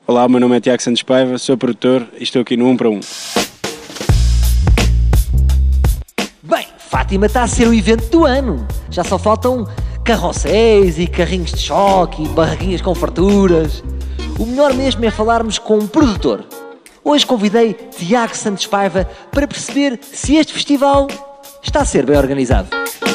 Olá, o meu nome é Tiago Santos Paiva, sou produtor e estou aqui no 1 para 1. Bem, Fátima está a ser o evento do ano. Já só faltam carrosséis e carrinhos de choque e barraquinhas com farturas. O melhor mesmo é falarmos com um produtor. Hoje convidei Tiago Santos Paiva para perceber se este festival está a ser bem organizado.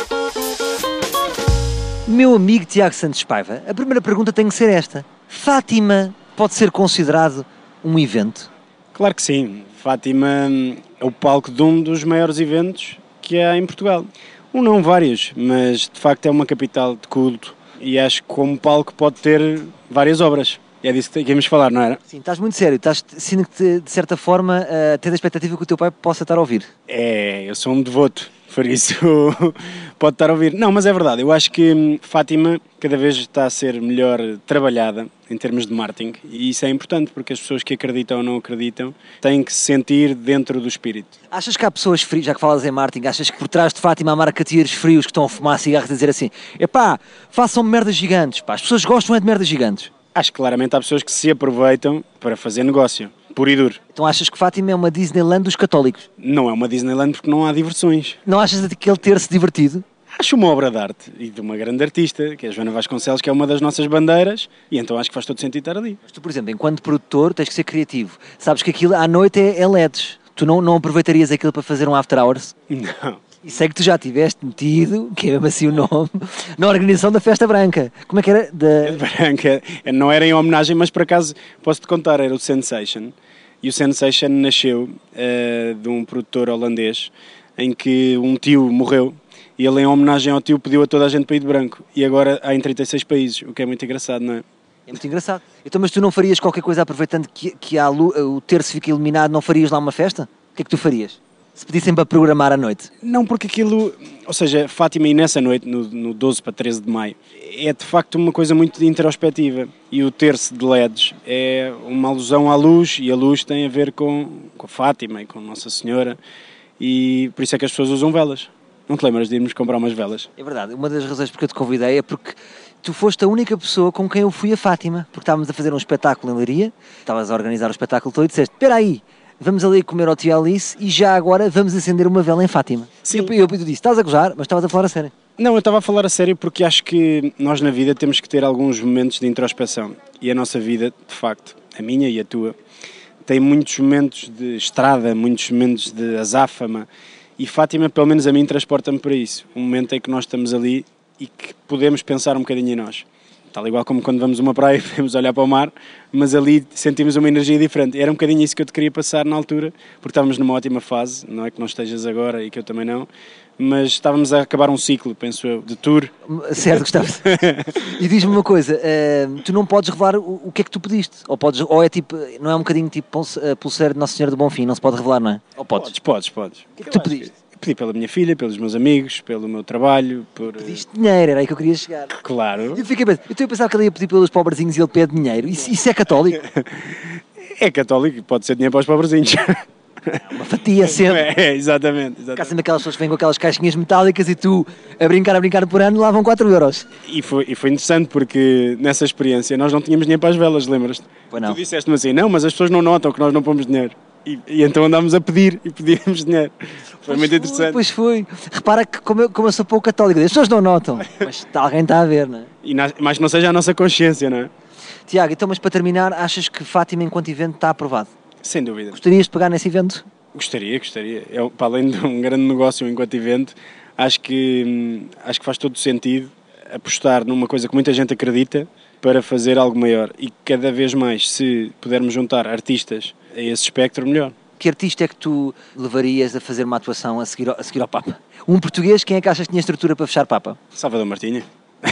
Meu amigo Tiago Santos Paiva, a primeira pergunta tem que ser esta. Fátima pode ser considerado um evento? Claro que sim. Fátima é o palco de um dos maiores eventos que há em Portugal. Não vários, mas de facto é uma capital de culto e acho que como palco pode ter várias obras. E é disso que íamos falar, não era? Sim, estás muito sério. Sinto-te, de certa forma, a ter a expectativa que o teu pai possa estar a ouvir. Eu sou um devoto, por isso pode estar a ouvir. Não, mas é verdade. Eu acho que Fátima cada vez está a ser melhor trabalhada em termos de marketing e isso é importante porque as pessoas que acreditam ou não acreditam têm que se sentir dentro do espírito. Achas que há pessoas frias, já que falas em marketing, achas que por trás de Fátima há marketeers frios que estão a fumar cigarros a dizer assim: epá, façam merdas gigantes, pá, as pessoas gostam de merdas gigantes? Acho que claramente há pessoas que se aproveitam para fazer negócio, puro e duro. Então achas que Fátima é uma Disneyland dos católicos? Não é uma Disneyland porque não há diversões. Não achas que ele ter-se divertido? Acho uma obra de arte e de uma grande artista, que é a Joana Vasconcelos, que é uma das nossas bandeiras, e então acho que faz todo sentido estar ali. Mas tu, por exemplo, enquanto produtor, tens que ser criativo. Sabes que aquilo à noite é LEDs. Tu não aproveitarias aquilo para fazer um after hours? Não. E sei que tu já tiveste metido, que é mesmo assim o nome, na organização da Festa Branca. Como é que era? Branca, não era em homenagem, mas por acaso posso-te contar, era o Sensation. E o Sensation nasceu de um produtor holandês em que um tio morreu e ele, em homenagem ao tio, pediu a toda a gente para ir de branco. E agora há em 36 países, o que é muito engraçado, não é? É muito engraçado. Então, mas tu não farias qualquer coisa aproveitando que o terço fica iluminado, não farias lá uma festa? O que é que tu farias? Se pedissem para programar à noite? Não, porque aquilo, ou seja, Fátima e nessa noite, no 12 para 13 de maio, é de facto uma coisa muito introspectiva. E o terço de LEDs é uma alusão à luz, e a luz tem a ver com Fátima e com Nossa Senhora, e por isso é que as pessoas usam velas. Não te lembras de irmos comprar umas velas? É verdade, uma das razões porque eu te convidei é porque tu foste a única pessoa com quem eu fui a Fátima, porque estávamos a fazer um espetáculo em Leiria, estavas a organizar o espetáculo todo e disseste: espera aí, vamos ali comer ao tio Alice e já agora vamos acender uma vela em Fátima. Sim. E eu disse: estás a gozar, mas estavas a falar a sério. Não, eu estava a falar a sério porque acho que nós na vida temos que ter alguns momentos de introspeção. E a nossa vida, de facto, a minha e a tua, tem muitos momentos de estrada, muitos momentos de azáfama. E Fátima, pelo menos a mim, transporta-me para isso. Um momento em que nós estamos ali e que podemos pensar um bocadinho em nós. Tal igual como quando vamos a uma praia e podemos olhar para o mar, mas ali sentimos uma energia diferente. E era um bocadinho isso que eu te queria passar na altura, porque estávamos numa ótima fase, não é que não estejas agora e que eu também não, mas estávamos a acabar um ciclo, penso eu, de tour. Certo, Gustavo. E diz-me uma coisa, tu não podes revelar o que é que tu pediste? Ou é tipo, não é um bocadinho tipo pulseira de Nossa Senhora do Bonfim, não se pode revelar, não é? Ou podes? Podes. O que é que tu pediste? Pedi pela minha filha, pelos meus amigos, pelo meu trabalho, por... Pediste dinheiro, era aí que eu queria chegar. Claro. Eu estou a pensar que ele ia pedir pelos pobrezinhos e ele pede dinheiro. Isso é católico? É católico, pode ser dinheiro para os pobrezinhos. Uma fatia sempre. Exatamente. Há sempre aquelas pessoas que vêm com aquelas caixinhas metálicas e tu, a brincar por ano, lá vão 4 euros. E foi interessante porque nessa experiência nós não tínhamos dinheiro para as velas, lembras-te? Pois não. Tu disseste-me assim, não, mas as pessoas não notam que nós não pomos dinheiro. E então andámos a pedir e pedíamos dinheiro. Foi muito interessante. Pois foi. Repara que como eu sou pouco católico, as pessoas não notam, mas alguém está a ver, não é? E mais que não seja a nossa consciência, não é? Tiago, então, mas para terminar, achas que Fátima enquanto evento está aprovado? Sem dúvida. Gostarias de pegar nesse evento? Gostaria. Para além de um grande negócio enquanto evento, acho que faz todo sentido apostar numa coisa que muita gente acredita para fazer algo maior. E cada vez mais, se pudermos juntar artistas a esse espectro, melhor. Que artista é que tu levarias a fazer uma atuação a seguir ao Papa? Um português, quem é que achas que tinha estrutura para fechar Papa? Salvador Martinha.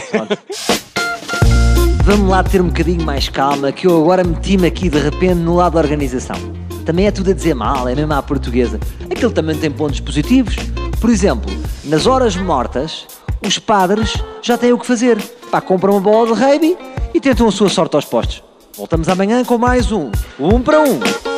Vamos lá ter um bocadinho mais calma, que eu agora meti-me aqui de repente no lado da organização. Também é tudo a dizer mal, é mesmo à portuguesa. Aquilo também tem pontos positivos. Por exemplo, nas horas mortas, os padres já têm o que fazer. Pá, compram uma bola de rugby e tentam a sua sorte aos postos. Voltamos amanhã com mais um para 1.